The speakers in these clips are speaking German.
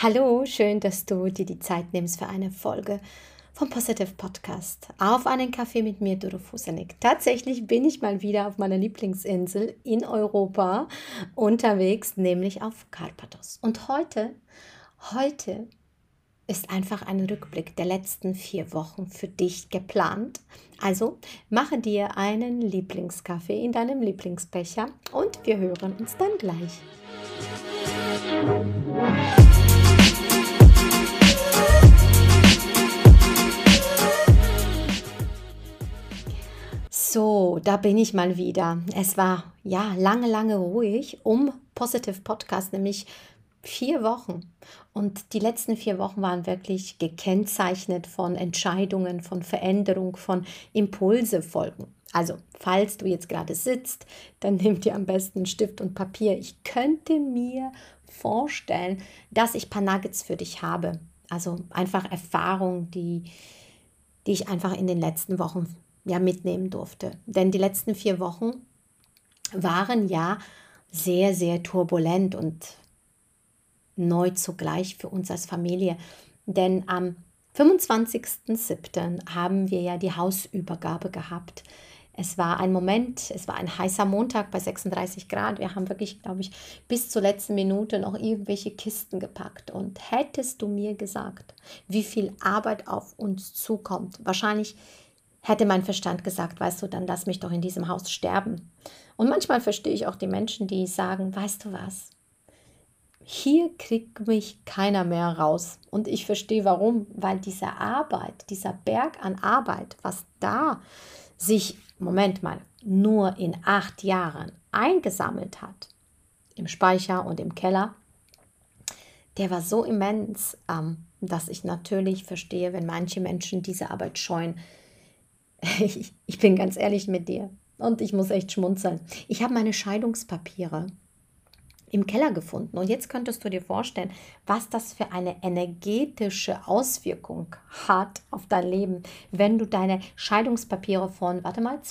Hallo, schön, dass du dir die Zeit nimmst für eine Folge vom Positive Podcast. Auf einen Kaffee mit mir, Doro Fusenik. Tatsächlich bin ich mal wieder auf meiner Lieblingsinsel in Europa unterwegs, nämlich auf Karpathos. Und heute ist einfach ein Rückblick der letzten 4 Wochen für dich geplant. Also mache dir einen Lieblingskaffee in deinem Lieblingsbecher und wir hören uns dann gleich. So, da bin ich mal wieder. Es war ja lange ruhig um Positive Podcast, nämlich 4 Wochen. Und die letzten 4 Wochen waren wirklich gekennzeichnet von Entscheidungen, von Veränderung, von Impulse folgen. Also, falls du jetzt gerade sitzt, dann nimm dir am besten einen Stift und Papier. Ich könnte mir vorstellen, dass ich ein paar Nuggets für dich habe. Also einfach Erfahrungen, die ich einfach in den letzten Wochen ja mitnehmen durfte. Denn die letzten 4 Wochen waren ja sehr turbulent und neu zugleich für uns als Familie. Denn am 25.07. haben wir ja die Hausübergabe gehabt. Es war ein Moment, es war ein heißer Montag bei 36 Grad. Wir haben wirklich, glaube ich, bis zur letzten Minute noch irgendwelche Kisten gepackt. Und hättest du mir gesagt, wie viel Arbeit auf uns zukommt, wahrscheinlich hätte mein Verstand gesagt, weißt du, dann lass mich doch in diesem Haus sterben. Und manchmal verstehe ich auch die Menschen, die sagen, weißt du was, hier kriegt mich keiner mehr raus. Und ich verstehe warum, weil diese Arbeit, dieser Berg an Arbeit, was da sich, Moment mal, nur in 8 Jahren eingesammelt hat, im Speicher und im Keller, der war so immens, dass ich natürlich verstehe, wenn manche Menschen diese Arbeit scheuen. Ich bin ganz ehrlich mit dir und ich muss echt schmunzeln. Ich habe meine Scheidungspapiere im Keller gefunden und jetzt könntest du dir vorstellen, was das für eine energetische Auswirkung hat auf dein Leben, wenn du deine Scheidungspapiere von, warte mal,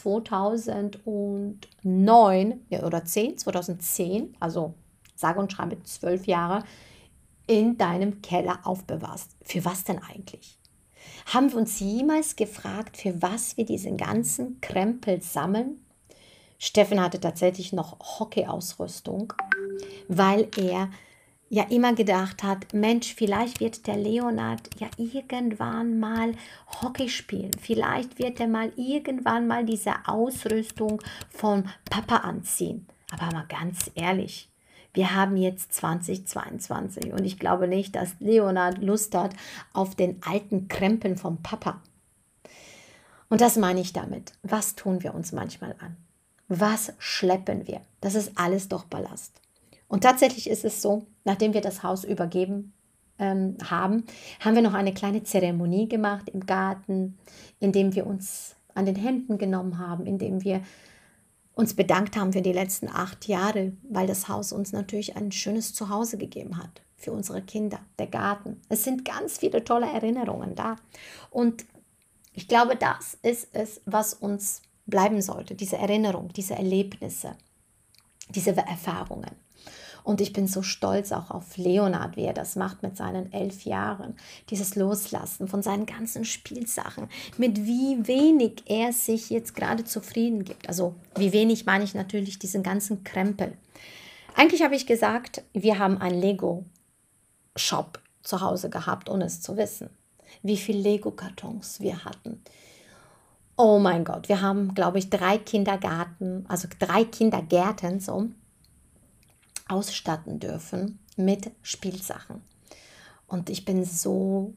2009 ja, oder 2010, also sage und schreibe 12 Jahre, in deinem Keller aufbewahrst. Für was denn eigentlich? Haben wir uns jemals gefragt, für was wir diesen ganzen Krempel sammeln? Steffen hatte tatsächlich noch Hockeyausrüstung, weil er ja immer gedacht hat, Mensch, vielleicht wird der Leonard ja irgendwann mal Hockey spielen. Vielleicht wird er mal irgendwann mal diese Ausrüstung von Papa anziehen. Aber mal ganz ehrlich, wir haben jetzt 2022 und ich glaube nicht, dass Leonard Lust hat auf den alten Krempeln vom Papa. Und das meine ich damit. Was tun wir uns manchmal an? Was schleppen wir? Das ist alles doch Ballast. Und tatsächlich ist es so, nachdem wir das Haus übergeben haben wir noch eine kleine Zeremonie gemacht im Garten, indem wir uns an den Händen genommen haben, indem wir uns bedankt haben für die letzten 8 Jahre, weil das Haus uns natürlich ein schönes Zuhause gegeben hat für unsere Kinder, der Garten. Es sind ganz viele tolle Erinnerungen da. Und ich glaube, das ist es, was uns bleiben sollte, diese Erinnerung, diese Erlebnisse, diese Erfahrungen. Und ich bin so stolz auch auf Leonard, wie er das macht mit seinen 11 Jahren. Dieses Loslassen von seinen ganzen Spielsachen, mit wie wenig er sich jetzt gerade zufrieden gibt. Also wie wenig meine ich natürlich diesen ganzen Krempel. Eigentlich habe ich gesagt, wir haben einen Lego-Shop zu Hause gehabt, ohne es zu wissen. Wie viele Lego-Kartons wir hatten. Oh mein Gott, wir haben, glaube ich, 3 Kindergärten so ausstatten dürfen mit Spielsachen. Und ich bin so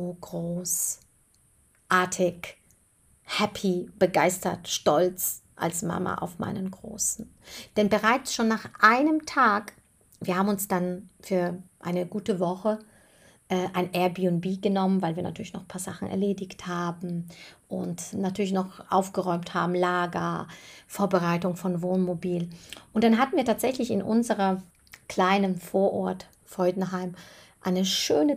großartig, happy, begeistert, stolz als Mama auf meinen Großen. Denn bereits schon nach einem Tag, wir haben uns dann für eine gute Woche ein Airbnb genommen, weil wir natürlich noch ein paar Sachen erledigt haben und natürlich noch aufgeräumt haben, Lager, Vorbereitung von Wohnmobil. Und dann hatten wir tatsächlich in unserer kleinen Vorort Freudenheim eine schöne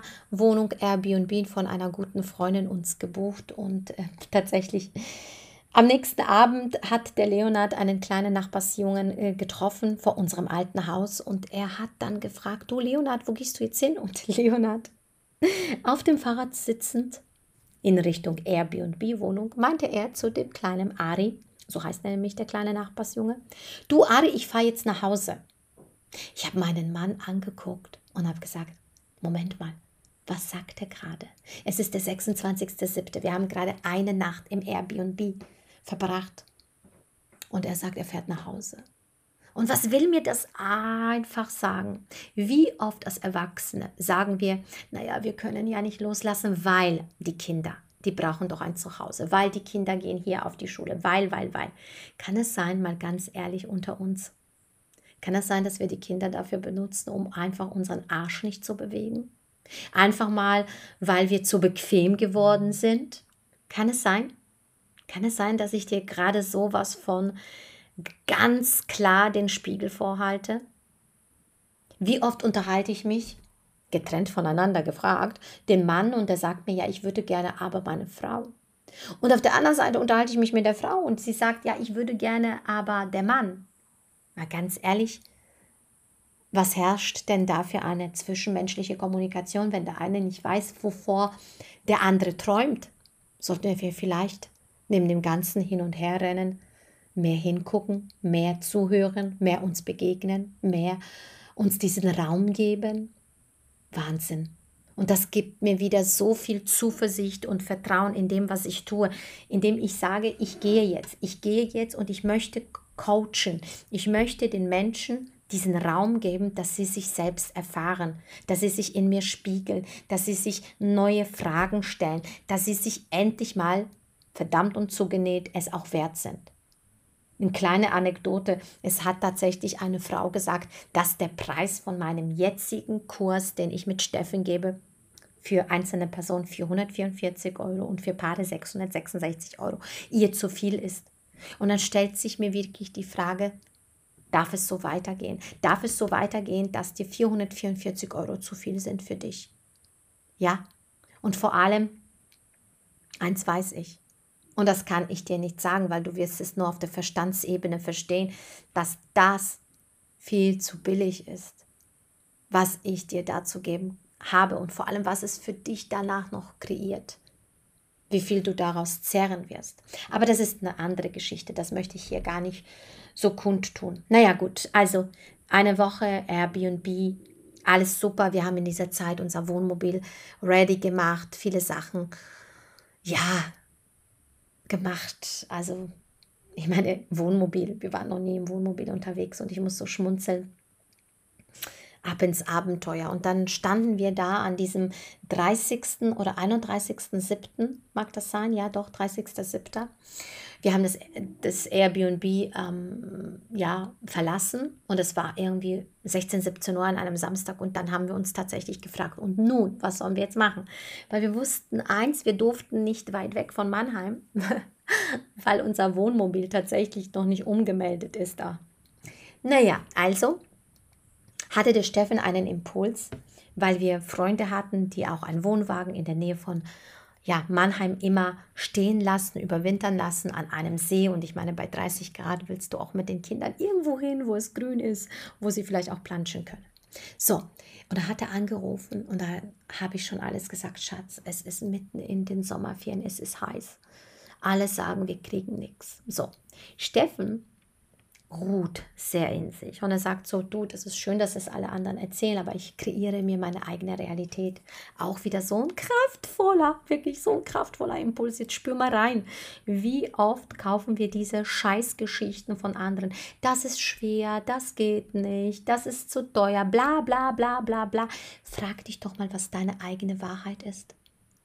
3-Zimmer-Wohnung Airbnb von einer guten Freundin uns gebucht und tatsächlich Am nächsten Abend hat der Leonard einen kleinen Nachbarsjungen getroffen vor unserem alten Haus und er hat dann gefragt, du Leonard, wo gehst du jetzt hin? Und Leonard, auf dem Fahrrad sitzend in Richtung Airbnb-Wohnung, meinte er zu dem kleinen Ari, so heißt er nämlich der kleine Nachbarsjunge, du Ari, ich fahre jetzt nach Hause. Ich habe meinen Mann angeguckt und habe gesagt, Moment mal, was sagt er gerade? Es ist der 26.07. Wir haben gerade eine Nacht im Airbnb verbracht. Und er sagt, er fährt nach Hause. Und was will mir das einfach sagen? Wie oft als Erwachsene sagen wir, naja, wir können ja nicht loslassen, weil die Kinder, die brauchen doch ein Zuhause, weil die Kinder gehen hier auf die Schule, weil. Kann es sein, mal ganz ehrlich unter uns, kann es sein, dass wir die Kinder dafür benutzen, um einfach unseren Arsch nicht zu bewegen? Einfach mal, weil wir zu bequem geworden sind? Kann es sein? Kann es sein, dass ich dir gerade sowas von ganz klar den Spiegel vorhalte? Wie oft unterhalte ich mich, getrennt voneinander gefragt, den Mann und der sagt mir, ja, ich würde gerne aber meine Frau. Und auf der anderen Seite unterhalte ich mich mit der Frau und sie sagt, ja, ich würde gerne aber der Mann. Mal ganz ehrlich, was herrscht denn da für eine zwischenmenschliche Kommunikation, wenn der eine nicht weiß, wovor der andere träumt? Sollten wir vielleicht neben dem ganzen Hin- und Herrennen mehr hingucken, mehr zuhören, mehr uns begegnen, mehr uns diesen Raum geben? Wahnsinn. Und das gibt mir wieder so viel Zuversicht und Vertrauen in dem, was ich tue, indem ich sage, ich gehe jetzt und ich möchte coachen. Ich möchte den Menschen diesen Raum geben, dass sie sich selbst erfahren, dass sie sich in mir spiegeln, dass sie sich neue Fragen stellen, dass sie sich endlich mal, verdammt und zugenäht, es auch wert sind. Eine kleine Anekdote, es hat tatsächlich eine Frau gesagt, dass der Preis von meinem jetzigen Kurs, den ich mit Steffen gebe, für einzelne Personen 444 Euro und für Paare 666 Euro, ihr zu viel ist. Und dann stellt sich mir wirklich die Frage, darf es so weitergehen? Darf es so weitergehen, dass dir 444 Euro zu viel sind für dich? Ja, und vor allem, eins weiß ich, und das kann ich dir nicht sagen, weil du wirst es nur auf der Verstandsebene verstehen, dass das viel zu billig ist, was ich dir dazu geben habe und vor allem, was es für dich danach noch kreiert, wie viel du daraus zehren wirst. Aber das ist eine andere Geschichte, das möchte ich hier gar nicht so kundtun. Naja gut, also eine Woche Airbnb, alles super, wir haben in dieser Zeit unser Wohnmobil ready gemacht, viele Sachen, ja, gemacht. Also, ich meine, Wohnmobil, wir waren noch nie im Wohnmobil unterwegs und ich muss so schmunzeln. Ab ins Abenteuer. Und dann standen wir da an diesem 30. oder 31.07., mag das sein? Ja, doch, 30.07. Wir haben das Airbnb ja, verlassen und es war irgendwie 16, 17 Uhr an einem Samstag und dann haben wir uns tatsächlich gefragt, und nun, was sollen wir jetzt machen? Weil wir wussten eins, wir durften nicht weit weg von Mannheim, weil unser Wohnmobil tatsächlich noch nicht umgemeldet ist da. Naja, also hatte der Steffen einen Impuls, weil wir Freunde hatten, die auch einen Wohnwagen in der Nähe von Mannheim immer stehen lassen, überwintern lassen an einem See. Und ich meine, bei 30 Grad willst du auch mit den Kindern irgendwo hin, wo es grün ist, wo sie vielleicht auch planschen können. So, und da hat er angerufen und da habe ich schon alles gesagt, Schatz, es ist mitten in den Sommerferien, es ist heiß. Alle sagen, wir kriegen nichts. So, Steffen ruht sehr in sich. Und er sagt so, du, das ist schön, dass es alle anderen erzählen, aber ich kreiere mir meine eigene Realität. Auch wieder so ein kraftvoller, wirklich so ein kraftvoller Impuls. Jetzt spür mal rein. Wie oft kaufen wir diese Scheißgeschichten von anderen? Das ist schwer, das geht nicht, das ist zu teuer, bla bla bla bla bla. Frag dich doch mal, was deine eigene Wahrheit ist.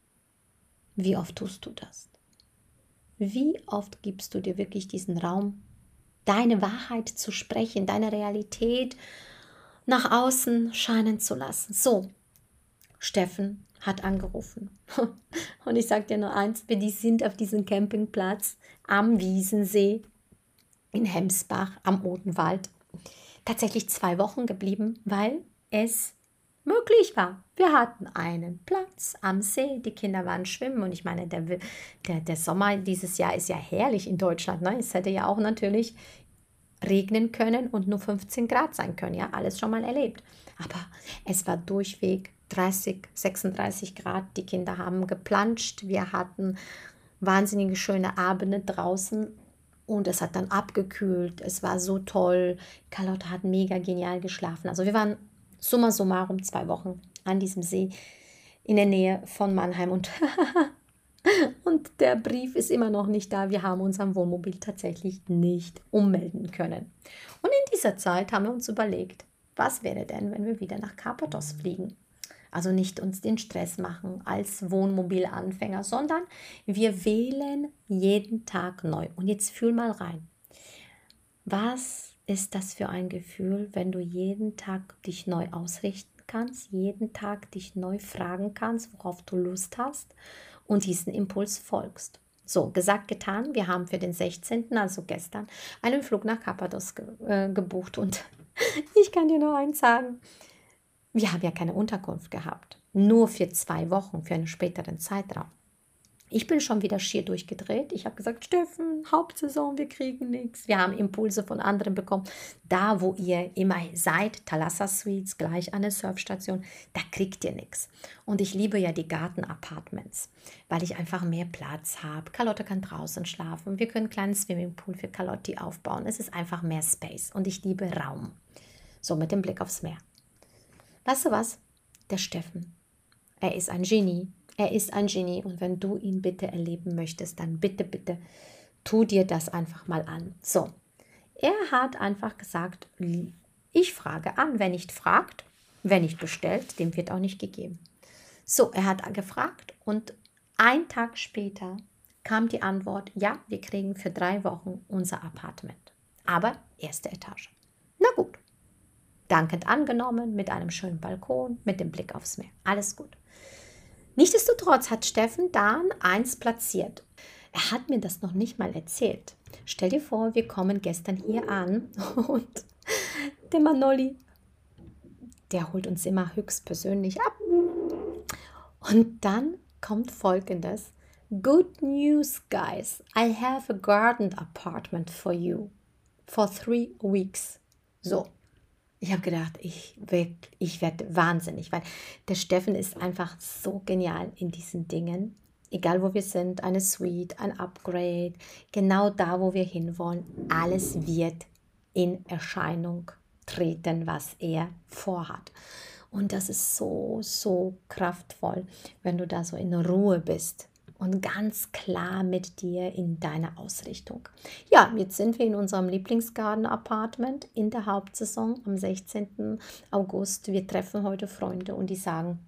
Wie oft tust du das? Wie oft gibst du dir wirklich diesen Raum, deine Wahrheit zu sprechen, deine Realität nach außen scheinen zu lassen? So, Steffen hat angerufen. Und ich sage dir nur eins, die sind auf diesem Campingplatz am Wiesensee in Hemsbach am Odenwald tatsächlich 2 Wochen geblieben, weil es möglich war. Wir hatten einen Platz am See, die Kinder waren schwimmen und ich meine, der Sommer dieses Jahr ist ja herrlich in Deutschland. Ne? Es hätte ja auch natürlich regnen können und nur 15 Grad sein können. Ja, alles schon mal erlebt. Aber es war durchweg 30, 36 Grad. Die Kinder haben geplanscht. Wir hatten wahnsinnige schöne Abende draußen und es hat dann abgekühlt. Es war so toll. Carlotta hat mega genial geschlafen. Also wir waren summa summarum 2 Wochen an diesem See in der Nähe von Mannheim und der Brief ist immer noch nicht da. Wir haben uns am Wohnmobil tatsächlich nicht ummelden können. Und in dieser Zeit haben wir uns überlegt, was wäre denn, wenn wir wieder nach Karpathos fliegen? Also nicht uns den Stress machen als Wohnmobilanfänger, sondern wir wählen jeden Tag neu. Und jetzt fühl mal rein. Was ist das für ein Gefühl, wenn du jeden Tag dich neu ausrichten kannst, jeden Tag dich neu fragen kannst, worauf du Lust hast und diesen Impuls folgst? So, gesagt, getan. Wir haben für den 16., also gestern, einen Flug nach Karpathos gebucht. Und ich kann dir nur eins sagen, wir haben ja keine Unterkunft gehabt. Nur für 2 Wochen, für einen späteren Zeitraum. Ich bin schon wieder schier durchgedreht. Ich habe gesagt, Steffen, Hauptsaison, wir kriegen nichts. Wir haben Impulse von anderen bekommen. Da, wo ihr immer seid, Thalassa Suites, gleich an der Surfstation, da kriegt ihr nichts. Und ich liebe ja die Gartenapartments, weil ich einfach mehr Platz habe. Carlotta kann draußen schlafen. Wir können einen kleinen Swimmingpool für Carlotti aufbauen. Es ist einfach mehr Space und ich liebe Raum. So mit dem Blick aufs Meer. Weißt du was? Der Steffen, er ist ein Genie. Er ist ein Genie und wenn du ihn bitte erleben möchtest, dann bitte, bitte, tu dir das einfach mal an. So, er hat einfach gesagt, ich frage an, wer nicht fragt, wer nicht bestellt, dem wird auch nicht gegeben. So, er hat gefragt und einen Tag später kam die Antwort, ja, wir kriegen für 3 Wochen unser Apartment, aber erste Etage. Na gut, dankend angenommen, mit einem schönen Balkon, mit dem Blick aufs Meer, alles gut. Nichtsdestotrotz hat Steffen dann eins platziert. Er hat mir das noch nicht mal erzählt. Stell dir vor, wir kommen gestern hier an und der Manoli, der holt uns immer höchstpersönlich ab. Und dann kommt Folgendes. Good news, guys. I have a garden apartment for you for 3 weeks. So. Ich habe gedacht, ich werde wahnsinnig, weil der Steffen ist einfach so genial in diesen Dingen. Egal wo wir sind, eine Suite, ein Upgrade, genau da, wo wir hinwollen, alles wird in Erscheinung treten, was er vorhat. Und das ist so, so kraftvoll, wenn du da so in Ruhe bist und ganz klar mit dir in deiner Ausrichtung. Ja, jetzt sind wir in unserem Lieblingsgarten-Apartment in der Hauptsaison am 16. August. Wir treffen heute Freunde und die sagen,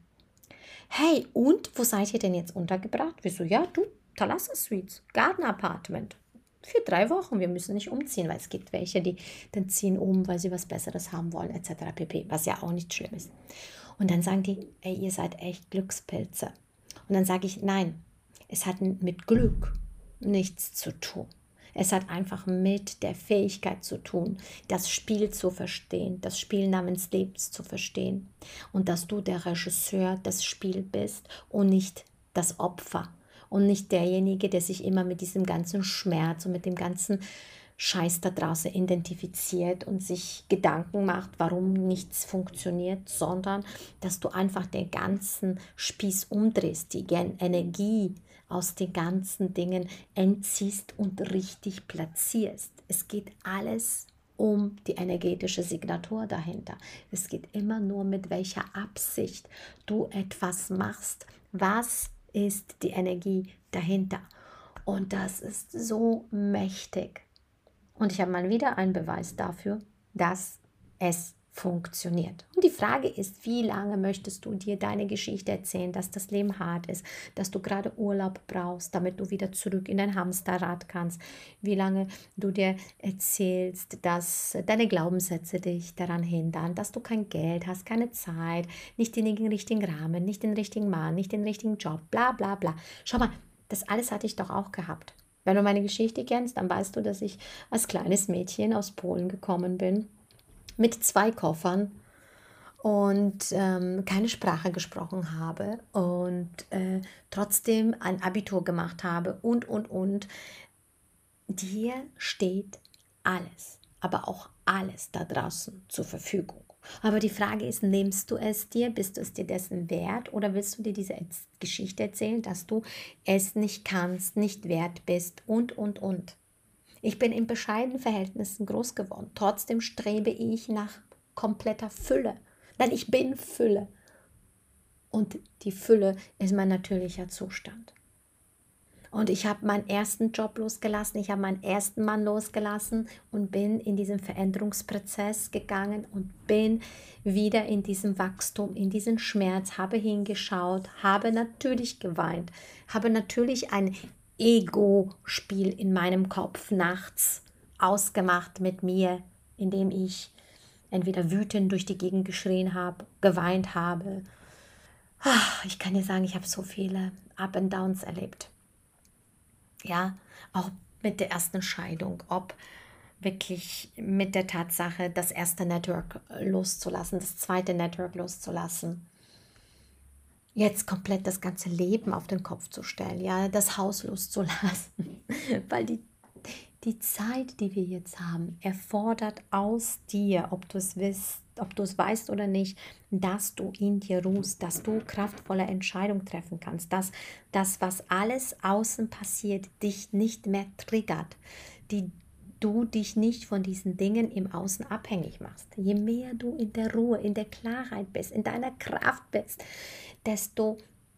hey, und wo seid ihr denn jetzt untergebracht? Wir so, ja, du, Thalassa Suites, Garten-Apartment. Für 3 Wochen, wir müssen nicht umziehen, weil es gibt welche, die dann ziehen um, weil sie was Besseres haben wollen, etc. pp., was ja auch nicht schlimm ist. Und dann sagen die, ey, ihr seid echt Glückspilze. Und dann sage ich, nein, es hat mit Glück nichts zu tun. Es hat einfach mit der Fähigkeit zu tun, das Spiel zu verstehen, das Spiel namens Lebens zu verstehen. Und dass du der Regisseur des Spiels bist und nicht das Opfer. Und nicht derjenige, der sich immer mit diesem ganzen Schmerz und mit dem ganzen Scheiß da draußen identifiziert und sich Gedanken macht, warum nichts funktioniert, sondern dass du einfach den ganzen Spieß umdrehst, die Energie aus den ganzen Dingen entziehst und richtig platzierst. Es geht alles um die energetische Signatur dahinter. Es geht immer nur, mit welcher Absicht du etwas machst. Was ist die Energie dahinter? Und das ist so mächtig. Und ich habe mal wieder einen Beweis dafür, dass es funktioniert. Und die Frage ist, wie lange möchtest du dir deine Geschichte erzählen, dass das Leben hart ist, dass du gerade Urlaub brauchst, damit du wieder zurück in dein Hamsterrad kannst, wie lange du dir erzählst, dass deine Glaubenssätze dich daran hindern, dass du kein Geld hast, keine Zeit, nicht den richtigen Rahmen, nicht den richtigen Mann, nicht den richtigen Job, bla bla bla. Schau mal, das alles hatte ich doch auch gehabt. Wenn du meine Geschichte kennst, dann weißt du, dass ich als kleines Mädchen aus Polen gekommen bin mit 2 Koffern und keine Sprache gesprochen habe und trotzdem ein Abitur gemacht habe und. Dir steht alles, aber auch alles da draußen zur Verfügung. Aber die Frage ist, nimmst du es dir, bist du es dir dessen wert oder willst du dir diese Geschichte erzählen, dass du es nicht kannst, nicht wert bist und. Ich bin in bescheidenen Verhältnissen groß geworden. Trotzdem strebe ich nach kompletter Fülle. Denn ich bin Fülle. Und die Fülle ist mein natürlicher Zustand. Und ich habe meinen ersten Job losgelassen, ich habe meinen ersten Mann losgelassen und bin in diesen Veränderungsprozess gegangen und bin wieder in diesem Wachstum, in diesen Schmerz, habe hingeschaut, habe natürlich geweint, habe natürlich ein Ego-Spiel in meinem Kopf nachts ausgemacht mit mir, indem ich entweder wütend durch die Gegend geschrien habe, geweint habe. Ich kann dir sagen, ich habe so viele Up and Downs erlebt. Ja, auch mit der ersten Scheidung, ob wirklich mit der Tatsache, das erste Network loszulassen, das zweite Network loszulassen, jetzt komplett das ganze Leben auf den Kopf zu stellen, ja, das Haus loszulassen, weil die Zeit, die wir jetzt haben, erfordert aus dir, ob du es weißt oder nicht, dass du in dir ruhst, dass du kraftvolle Entscheidungen treffen kannst, dass das, was alles außen passiert, dich nicht mehr triggert, du dich nicht von diesen Dingen im Außen abhängig machst. Je mehr du in der Ruhe, in der Klarheit bist, in deiner Kraft bist, desto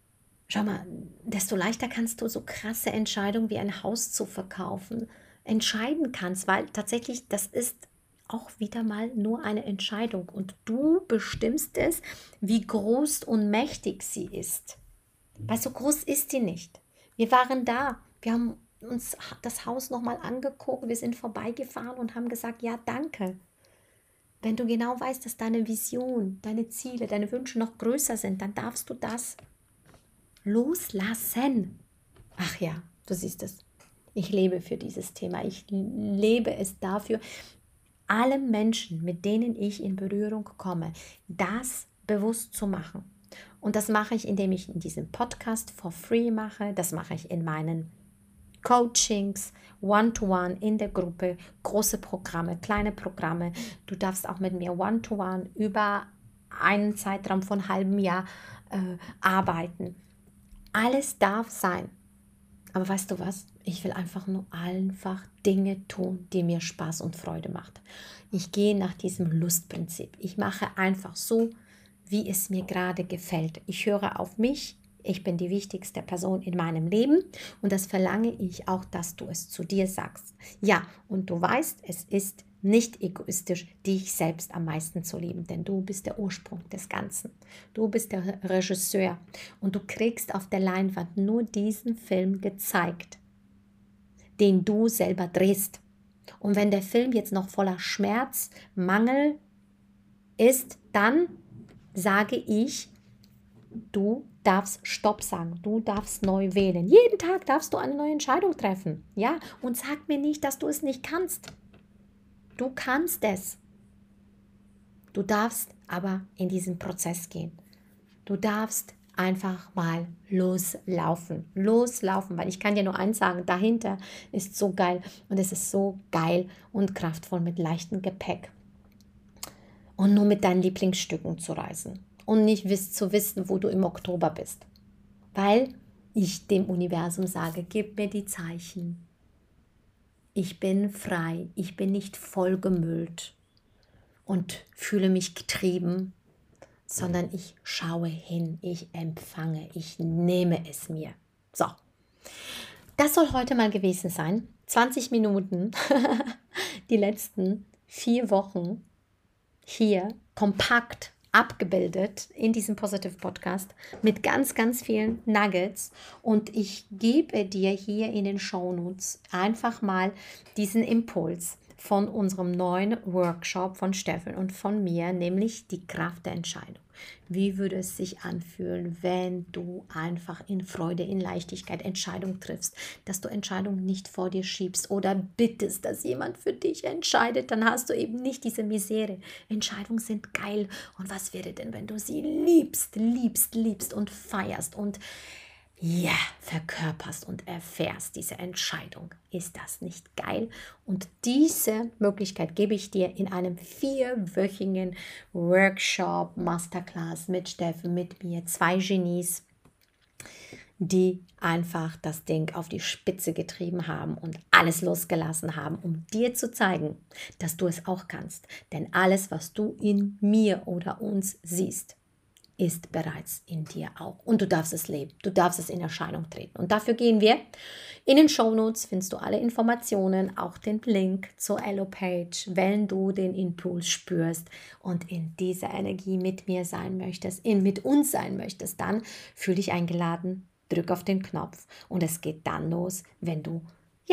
leichter kannst du so krasse Entscheidungen wie ein Haus zu verkaufen entscheiden kannst, weil tatsächlich das ist auch wieder mal nur eine Entscheidung und du bestimmst es, wie groß und mächtig sie ist. Weil so groß ist sie nicht. Wir waren da, wir haben uns das Haus nochmal angeguckt, wir sind vorbeigefahren und haben gesagt, ja, danke. Wenn du genau weißt, dass deine Vision, deine Ziele, deine Wünsche noch größer sind, dann darfst du das loslassen. Ach ja, du siehst es. Ich lebe für dieses Thema. Ich lebe es dafür, allen Menschen, mit denen ich in Berührung komme, das bewusst zu machen. Und das mache ich, indem ich in diesem Podcast for free mache. Das mache ich in meinen Coachings, One-to-One in der Gruppe, große Programme, kleine Programme. Du darfst auch mit mir One-to-One über einen Zeitraum von einem halben Jahr arbeiten. Alles darf sein. Aber weißt du was? Ich will einfach Dinge tun, die mir Spaß und Freude macht. Ich gehe nach diesem Lustprinzip. Ich mache einfach so, wie es mir gerade gefällt. Ich höre auf mich. Ich bin die wichtigste Person in meinem Leben und das verlange ich auch, dass du es zu dir sagst. Ja, und du weißt, es ist nicht egoistisch, dich selbst am meisten zu lieben, denn du bist der Ursprung des Ganzen. Du bist der Regisseur und du kriegst auf der Leinwand nur diesen Film gezeigt, den du selber drehst. Und wenn der Film jetzt noch voller Schmerz, Mangel ist, dann sage ich, du darfst Stopp sagen, du darfst neu wählen. Jeden Tag darfst du eine neue Entscheidung treffen. Ja? Und sag mir nicht, dass du es nicht kannst. Du kannst es. Du darfst aber in diesen Prozess gehen. Du darfst einfach mal loslaufen. Loslaufen, weil ich kann dir nur eins sagen, dahinter ist so geil und es ist so geil und kraftvoll mit leichtem Gepäck. Und nur mit deinen Lieblingsstücken zu reisen und nicht zu wissen, wo du im Oktober bist. Weil ich dem Universum sage, gib mir die Zeichen. Ich bin frei, ich bin nicht vollgemüllt und fühle mich getrieben, sondern ich schaue hin, ich empfange, ich nehme es mir. So, das soll heute mal gewesen sein. 20 Minuten, die letzten 4 Wochen hier kompakt abgebildet in diesem Positive Podcast mit ganz, ganz vielen Nuggets und ich gebe dir hier in den Shownotes einfach mal diesen Impuls. von unserem neuen Workshop von Steffen und von mir, nämlich die Kraft der Entscheidung. Wie würde es sich anfühlen, wenn du einfach in Freude, in Leichtigkeit Entscheidungen triffst, dass du Entscheidungen nicht vor dir schiebst oder bittest, dass jemand für dich entscheidet, dann hast du eben nicht diese Misere. Entscheidungen sind geil und was wäre denn, wenn du sie liebst und feierst und ja, verkörperst und erfährst diese Entscheidung. Ist das nicht geil? Und diese Möglichkeit gebe ich dir in einem 4-wöchigen Workshop, Masterclass mit Steffen, mit mir, 2 Genies, die einfach das Ding auf die Spitze getrieben haben und alles losgelassen haben, um dir zu zeigen, dass du es auch kannst. Denn alles, was du in mir oder uns siehst, ist bereits in dir auch. Und du darfst es leben. Du darfst es in Erscheinung treten. Und dafür gehen wir. In den Shownotes findest du alle Informationen, auch den Link zur Elo-Page, wenn du den Impuls spürst und in dieser Energie mit mir sein möchtest, mit uns sein möchtest, dann fühl dich eingeladen, drück auf den Knopf und es geht dann los, wenn du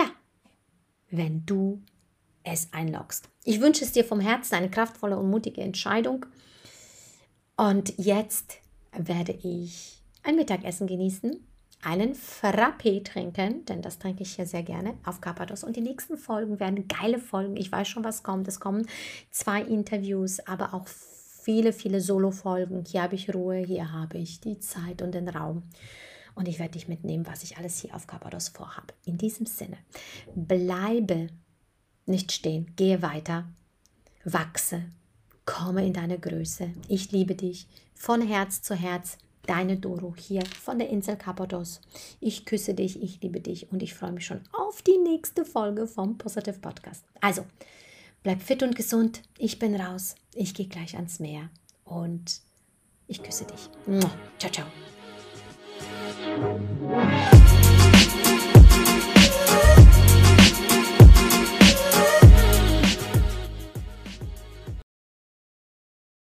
es einloggst. Ich wünsche es dir vom Herzen, eine kraftvolle und mutige Entscheidung. Und jetzt werde ich ein Mittagessen genießen, einen Frappé trinken, denn das trinke ich hier sehr gerne auf Karpathos. Und die nächsten Folgen werden geile Folgen. Ich weiß schon, was kommt. Es kommen 2 Interviews, aber auch viele Solo-Folgen. Hier habe ich Ruhe, hier habe ich die Zeit und den Raum. Und ich werde dich mitnehmen, was ich alles hier auf Karpathos vorhabe. In diesem Sinne, bleibe nicht stehen, gehe weiter, wachse. Komme in deine Größe. Ich liebe dich. Von Herz zu Herz. Deine Doro hier von der Insel Karpathos. Ich küsse dich, ich liebe dich und ich freue mich schon auf die nächste Folge vom Positive Podcast. Also, bleib fit und gesund. Ich bin raus. Ich gehe gleich ans Meer und ich küsse dich. Ciao, ciao.